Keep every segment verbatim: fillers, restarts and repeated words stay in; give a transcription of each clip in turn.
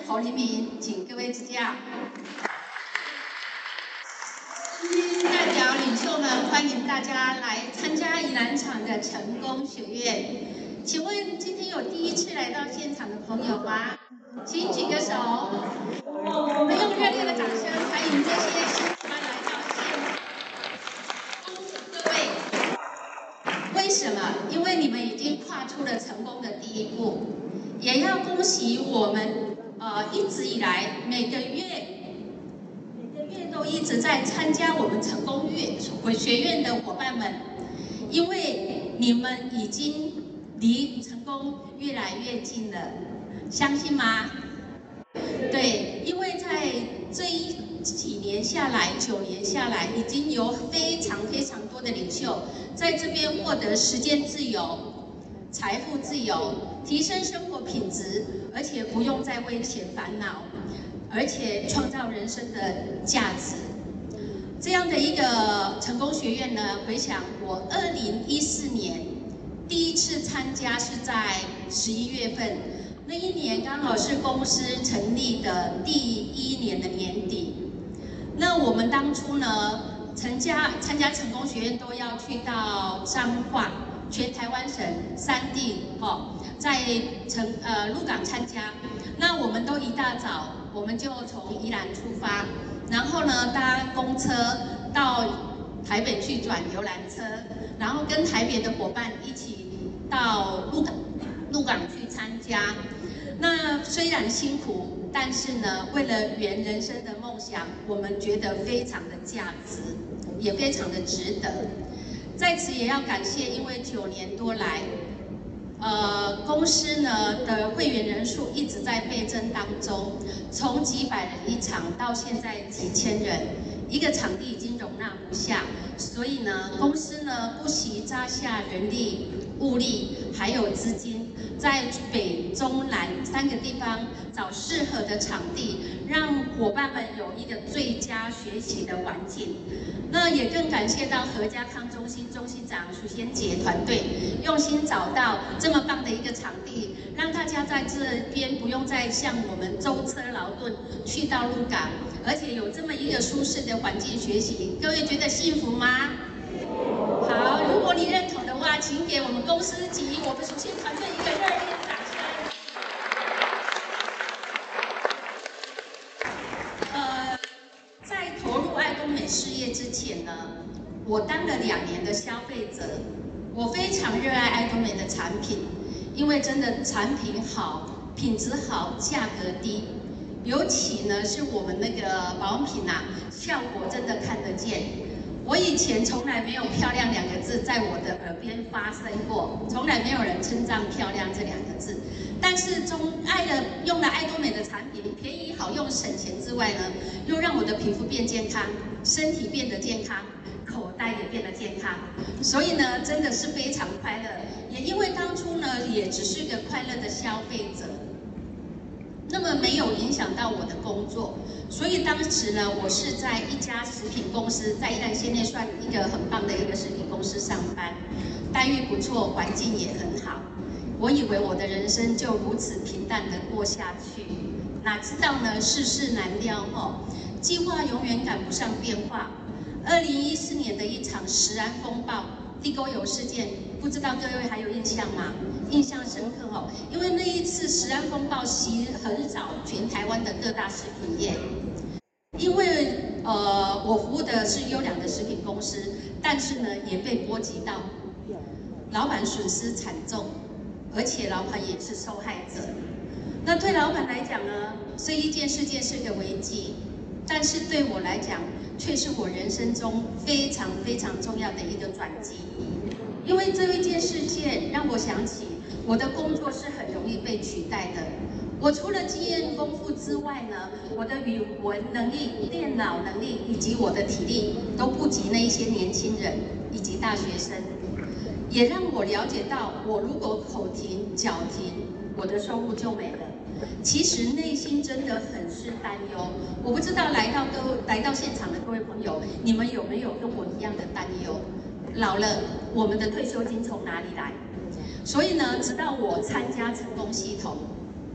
侯黎明，请各位指教。今天代表领袖们欢迎大家来参加宜兰场的成功学院。请问今天有第一次来到现场的朋友吗？请举个手。我们用热烈的掌声欢迎这些新伙伴来到现场。恭喜各位！为什么？因为你们已经跨出了成功的第一步。也要恭喜我们呃一直以来每个月。 都一直在参加我们成功学学院的伙伴们，因为你们已经离成功越来越近了，相信吗？对，因为在这一几年下来，九年下来，已经有非常非常多的领袖在这边获得时间自由、财富自由、提升生活品质，而且不用再为钱烦恼。 而且创造人生的价值，这样的一个成功学院呢，回想我二零一四年第一次参加是在十一月份，那一年刚好是公司成立的第一年的年底。那我们当初呢，参加参加成功学院都要去到彰化，全台湾省三地哈，在成呃鹿港参加。那我们都一大早。 我们就从宜兰出发，然后呢搭公车到台北去转游览车，然后跟台北的伙伴一起到鹿港鹿港去参加。那虽然辛苦，但是呢，为了圆人生的梦想，我们觉得非常的价值，也非常的值得。在此也要感谢，因为九年多来。 呃，公司呢的会员人数一直在倍增当中，从几百人一场到现在几千人，一个场地已经容纳不下，所以呢，公司呢不惜扎下人力、物力还有资金，在北、中、南三个地方找适合的场地，让伙伴们有一个最佳学习的环境。 那也更感谢到何家康中心中心长许仙杰团队用心找到这么棒的一个场地，让大家在这边不用再像我们舟车劳顿去到鹿港，而且有这么一个舒适的环境学习。各位觉得幸福吗？好，如果你认同的话，请给我们公司及我们许仙团队一个热烈的掌声。 事业之前呢，我当了两年的消费者，我非常热爱爱多美的产品，因为真的产品好，品质好，价格低，尤其呢是我们那个保养品啊，效果真的看得见。我以前从来没有“漂亮”两个字在我的耳边发生过，从来没有人称赞“漂亮”这两个字。但是中爱了用了爱多美的产品，便宜好用省钱之外呢，又让我的皮肤变健康，身体变得健康，口袋也变得健康。所以呢，真的是非常快乐。也因为当初呢，也只是个快乐的消费者。 那么没有影响到我的工作，所以当时呢，我是在一家食品公司，在宜兰县内算一个很棒的一个食品公司上班，待遇不错，环境也很好。我以为我的人生就如此平淡的过下去，哪知道呢，世事难料哦，计划永远赶不上变化。二零一四年的一场食安风暴。 地沟油事件，不知道各位还有印象吗？印象深刻哦，因为那一次食安风暴袭横扫全台湾的各大食品业。因为呃，我服务的是优良的食品公司，但是呢，也被波及到，老板损失惨重，而且老板也是受害者。那对老板来讲呢，这一件事件是个危机，但是对我来讲， 却是我人生中非常非常重要的一个转机，因为这一件事件让我想起我的工作是很容易被取代的。我除了经验丰富之外呢，我的语文能力、电脑能力以及我的体力都不及那一些年轻人以及大学生，也让我了解到，我如果口停、脚停，我的收入就没了。 其实内心真的很是担忧，我不知道来到各位来到现场的各位朋友，你们有没有跟我一样的担忧？老了，我们的退休金从哪里来？所以呢，直到我参加成功系统，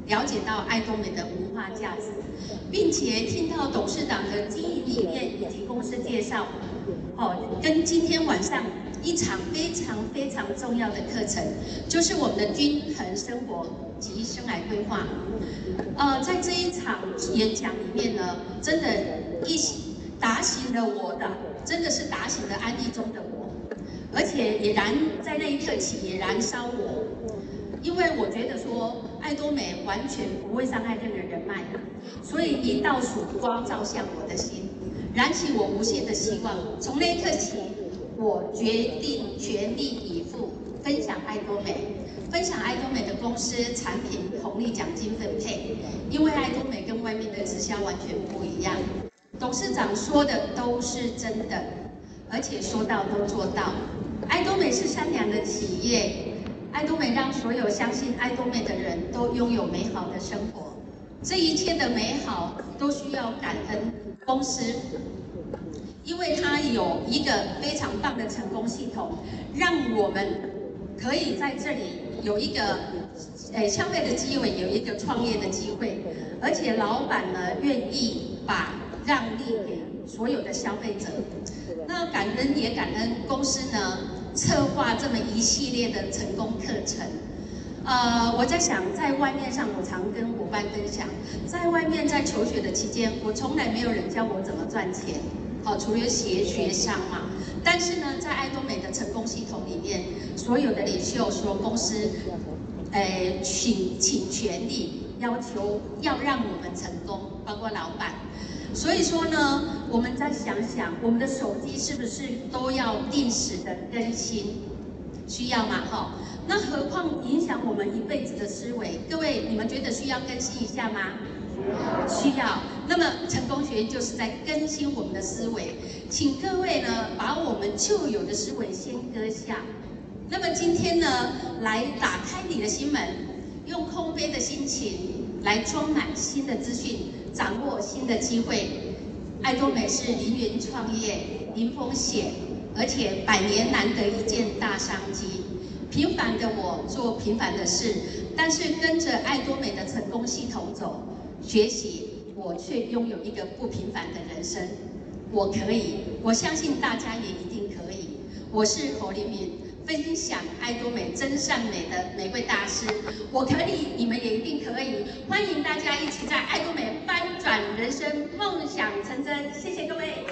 了解到爱多美的文化价值，并且听到董事长的经营理念以及公司介绍，哦，跟今天晚上一场非常非常重要的课程，就是我们的均衡生活及生涯规划。呃，在这一场演讲里面呢，真的一打醒了我的，真的是打醒了安利中的我，而且也燃在那一刻起也燃烧我。因为我觉得说，爱多美完全不会伤害任何人脉的，所以一道曙光照向我的心，燃起我无限的希望。从那一刻起，我决定全力以赴分享爱多美，分享爱多美的公司产品红利奖金分配。因为爱多美跟外面的直销完全不一样，董事长说的都是真的，而且说到都做到。爱多美是善良的企业。爱多美让所有相信爱多美的人都拥有美好的生活，这一切的美好都需要感恩公司，因为它有一个非常棒的成功系统，让我们可以在这里有一个诶消费的机会，有一个创业的机会，而且老板呢愿意把让利给所有的消费者。那感恩也感恩公司呢。策划这么一系列的成功课程，呃，我在想，在外面上，我常跟伙伴分享，在外面在求学的期间，我从来没有人教我怎么赚钱，好、哦，除了学学商嘛。但是呢，在爱多美的成功系统里面，所有的领袖、所有公司，呃，请请全力要求要让我们成功，包括老板。所以说呢，我们再想想，我们的手机是不是都要定时的更新？需要吗？哈，那何况影响我们一辈子的思维？各位，你们觉得需要更新一下吗？需要。那么成功学院就是在更新我们的思维，请各位呢，把我们旧有的思维先搁下。那么今天呢，来打开你的心门，用空杯的心情来装满新的资讯。掌握新的机会，爱多美是零元创业、零风险，而且百年难得一见大商机。平凡的我做平凡的事，但是跟着爱多美的成功系统走，学习，我却拥有一个不平凡的人生。我可以，我相信大家也一定可以。我是侯玲敏。分享爱多美真善美的玫瑰大师，我可以，你们也一定可以。欢迎大家一起在爱多美翻转人生，梦想成真。谢谢各位。